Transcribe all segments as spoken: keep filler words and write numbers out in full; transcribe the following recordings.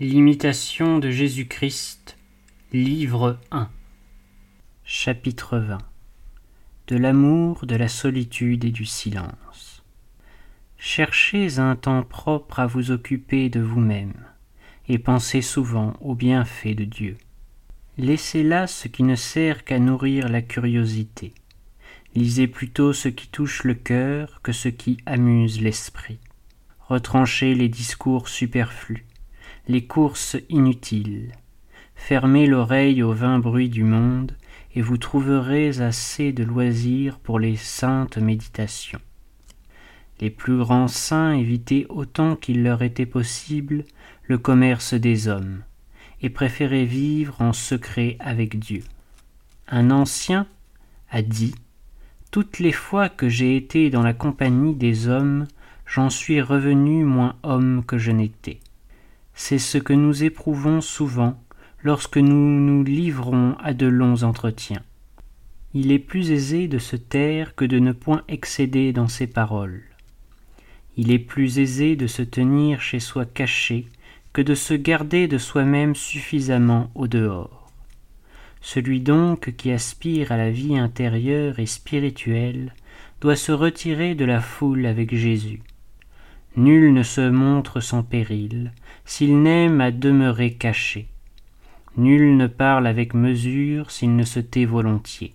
L'imitation de Jésus-Christ, livre un. Chapitre vingt. De l'amour, de la solitude et du silence. Cherchez un temps propre à vous occuper de vous-même, et pensez souvent aux bienfaits de Dieu. Laissez là ce qui ne sert qu'à nourrir la curiosité. Lisez plutôt ce qui touche le cœur que ce qui amuse l'esprit. Retranchez les discours superflus, les courses inutiles. Fermez l'oreille aux vains bruits du monde, et vous trouverez assez de loisirs pour les saintes méditations. Les plus grands saints évitaient autant qu'il leur était possible le commerce des hommes, et préféraient vivre en secret avec Dieu. Un ancien a dit « Toutes les fois que j'ai été dans la compagnie des hommes, j'en suis revenu moins homme que je n'étais. » C'est ce que nous éprouvons souvent lorsque nous nous livrons à de longs entretiens. Il est plus aisé de se taire que de ne point excéder dans ses paroles. Il est plus aisé de se tenir chez soi caché que de se garder de soi-même suffisamment au dehors. Celui donc qui aspire à la vie intérieure et spirituelle doit se retirer de la foule avec Jésus. Nul ne se montre sans péril, s'il n'aime à demeurer caché. Nul ne parle avec mesure s'il ne se tait volontiers.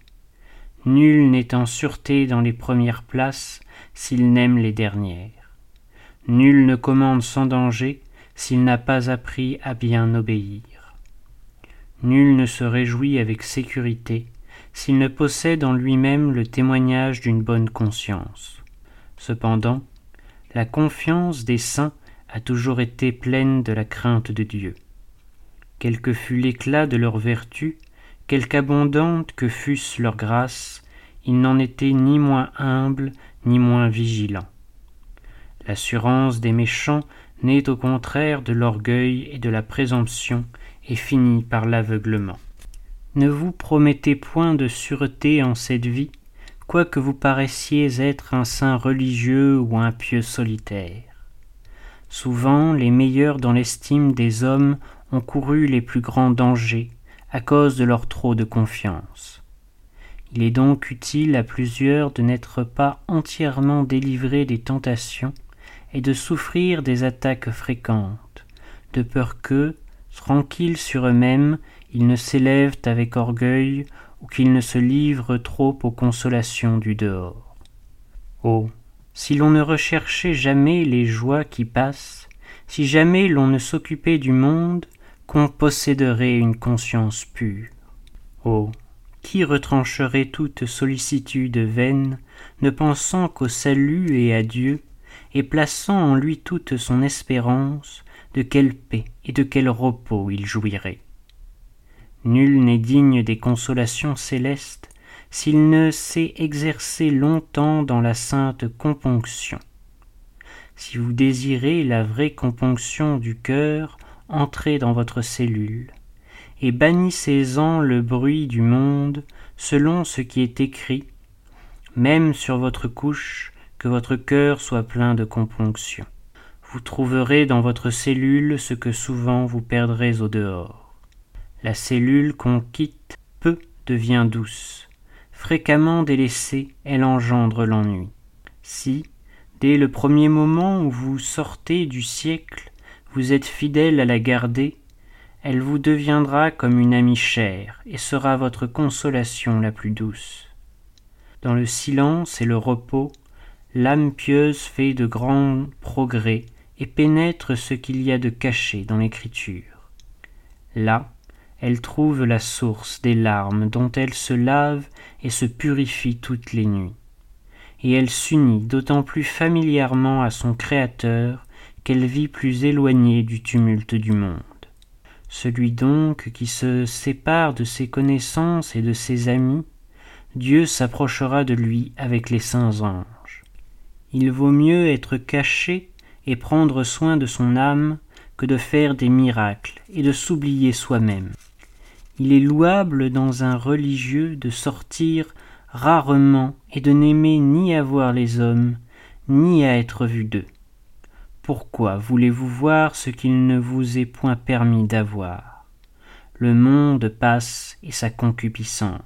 Nul n'est en sûreté dans les premières places s'il n'aime les dernières. Nul ne commande sans danger s'il n'a pas appris à bien obéir. Nul ne se réjouit avec sécurité s'il ne possède en lui-même le témoignage d'une bonne conscience. Cependant, la confiance des saints a toujours été pleine de la crainte de Dieu. Quel que fût l'éclat de leurs vertus, quelque abondante que fût leur grâce, ils n'en étaient ni moins humbles, ni moins vigilants. L'assurance des méchants naît au contraire de l'orgueil et de la présomption et finit par l'aveuglement. Ne vous promettez point de sûreté en cette vie, quoique vous paraissiez être un saint religieux ou un pieux solitaire. Souvent, les meilleurs dans l'estime des hommes ont couru les plus grands dangers à cause de leur trop de confiance. Il est donc utile à plusieurs de n'être pas entièrement délivrés des tentations et de souffrir des attaques fréquentes, de peur que, tranquilles sur eux-mêmes, ils ne s'élèvent avec orgueil ou qu'ils ne se livrent trop aux consolations du dehors. Oh, si l'on ne recherchait jamais les joies qui passent, si jamais l'on ne s'occupait du monde, qu'on posséderait une conscience pure. Oh, qui retrancherait toute sollicitude vaine, ne pensant qu'au salut et à Dieu, et plaçant en lui toute son espérance, de quelle paix et de quel repos il jouirait. Nul n'est digne des consolations célestes s'il ne s'est exercé longtemps dans la sainte componction. Si vous désirez la vraie componction du cœur, entrez dans votre cellule, et bannissez-en le bruit du monde selon ce qui est écrit, même sur votre couche, que votre cœur soit plein de componction. Vous trouverez dans votre cellule ce que souvent vous perdrez au dehors. La cellule qu'on quitte peu devient douce. Fréquemment délaissée, elle engendre l'ennui. Si, dès le premier moment où vous sortez du siècle, vous êtes fidèle à la garder, elle vous deviendra comme une amie chère et sera votre consolation la plus douce. Dans le silence et le repos, l'âme pieuse fait de grands progrès et pénètre ce qu'il y a de caché dans l'Écriture. Là, elle trouve la source des larmes dont elle se lave et se purifie toutes les nuits. Et elle s'unit d'autant plus familièrement à son Créateur qu'elle vit plus éloignée du tumulte du monde. Celui donc qui se sépare de ses connaissances et de ses amis, Dieu s'approchera de lui avec les saints anges. Il vaut mieux être caché et prendre soin de son âme que de faire des miracles et de s'oublier soi-même. Il est louable dans un religieux de sortir rarement et de n'aimer ni à voir les hommes, ni à être vu d'eux. Pourquoi voulez-vous voir ce qu'il ne vous est point permis d'avoir? Le monde passe et sa concupiscence.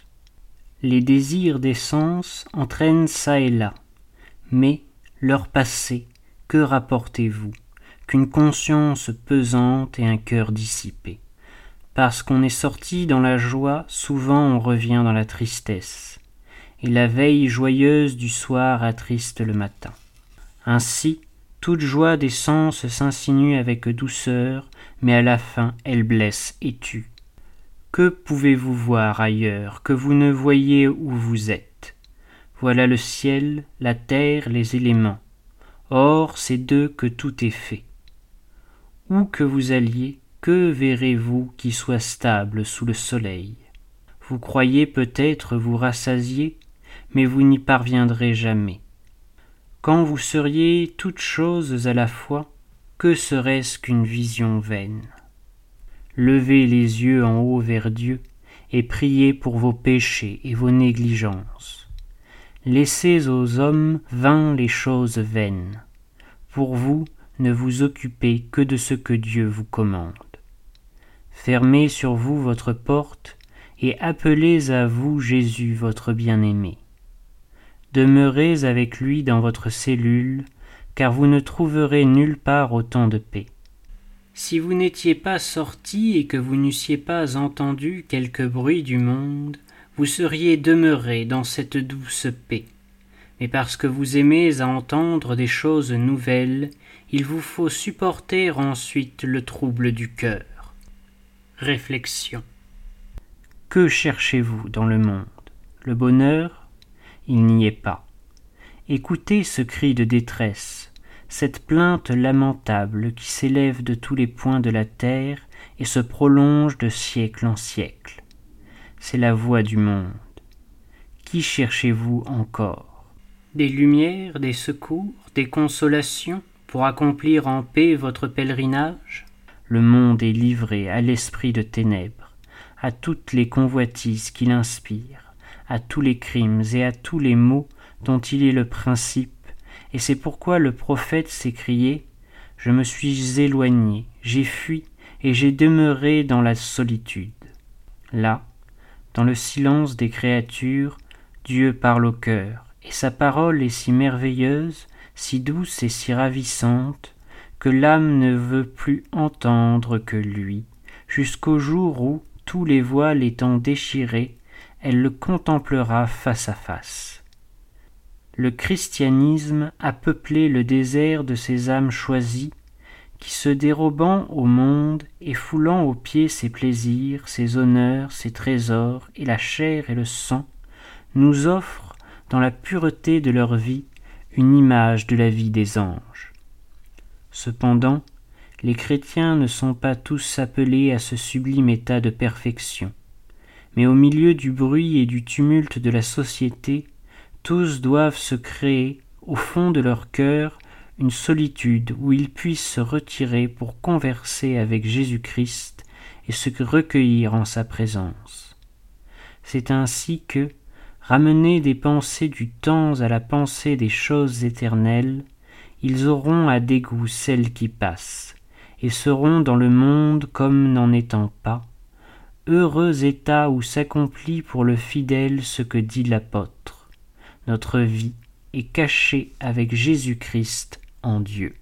Les désirs des sens entraînent çà et là, mais, leur passé, que rapportez-vous? Qu'une conscience pesante et un cœur dissipé. Parce qu'on est sorti dans la joie, souvent on revient dans la tristesse, et la veille joyeuse du soir attriste le matin. Ainsi, toute joie des sens s'insinue avec douceur, mais à la fin elle blesse et tue. Que pouvez-vous voir ailleurs que vous ne voyez où vous êtes? Voilà le ciel, la terre, les éléments. Or, c'est d'eux que tout est fait. Où que vous alliez, que verrez-vous qui soit stable sous le soleil? Vous croyez peut-être vous rassasier, mais vous n'y parviendrez jamais. Quand vous seriez toutes choses à la fois, que serait-ce qu'une vision vaine? Levez les yeux en haut vers Dieu et priez pour vos péchés et vos négligences. Laissez aux hommes vains les choses vaines. Pour vous, ne vous occupez que de ce que Dieu vous commande. Fermez sur vous votre porte et appelez à vous Jésus votre bien-aimé. Demeurez avec lui dans votre cellule, car vous ne trouverez nulle part autant de paix. Si vous n'étiez pas sorti et que vous n'eussiez pas entendu quelque bruit du monde, vous seriez demeuré dans cette douce paix. Mais parce que vous aimez à entendre des choses nouvelles, il vous faut supporter ensuite le trouble du cœur. Réflexion. Que cherchez-vous dans le monde? Le bonheur? Il n'y est pas. Écoutez ce cri de détresse, cette plainte lamentable qui s'élève de tous les points de la terre et se prolonge de siècle en siècle. C'est la voix du monde. Qui cherchez-vous encore? Des lumières, des secours, des consolations pour accomplir en paix votre pèlerinage? Le monde est livré à l'esprit de ténèbres, à toutes les convoitises qu'il inspire, à tous les crimes et à tous les maux dont il est le principe, et c'est pourquoi le prophète s'écriait « Je me suis éloigné, j'ai fui, et j'ai demeuré dans la solitude. » Là, dans le silence des créatures, Dieu parle au cœur, et sa parole est si merveilleuse, si douce et si ravissante, que l'âme ne veut plus entendre que lui, jusqu'au jour où, tous les voiles étant déchirés, elle le contemplera face à face. Le christianisme a peuplé le désert de ces âmes choisies, qui se dérobant au monde et foulant aux pieds ses plaisirs, ses honneurs, ses trésors, et la chair et le sang, nous offrent, dans la pureté de leur vie, une image de la vie des anges. Cependant, les chrétiens ne sont pas tous appelés à ce sublime état de perfection, mais au milieu du bruit et du tumulte de la société, tous doivent se créer, au fond de leur cœur, une solitude où ils puissent se retirer pour converser avec Jésus-Christ et se recueillir en sa présence. C'est ainsi que, ramenés des pensées du temps à la pensée des choses éternelles, ils auront à dégoût celles qui passent, et seront dans le monde comme n'en étant pas, heureux état où s'accomplit pour le fidèle ce que dit l'apôtre. Notre vie est cachée avec Jésus-Christ en Dieu.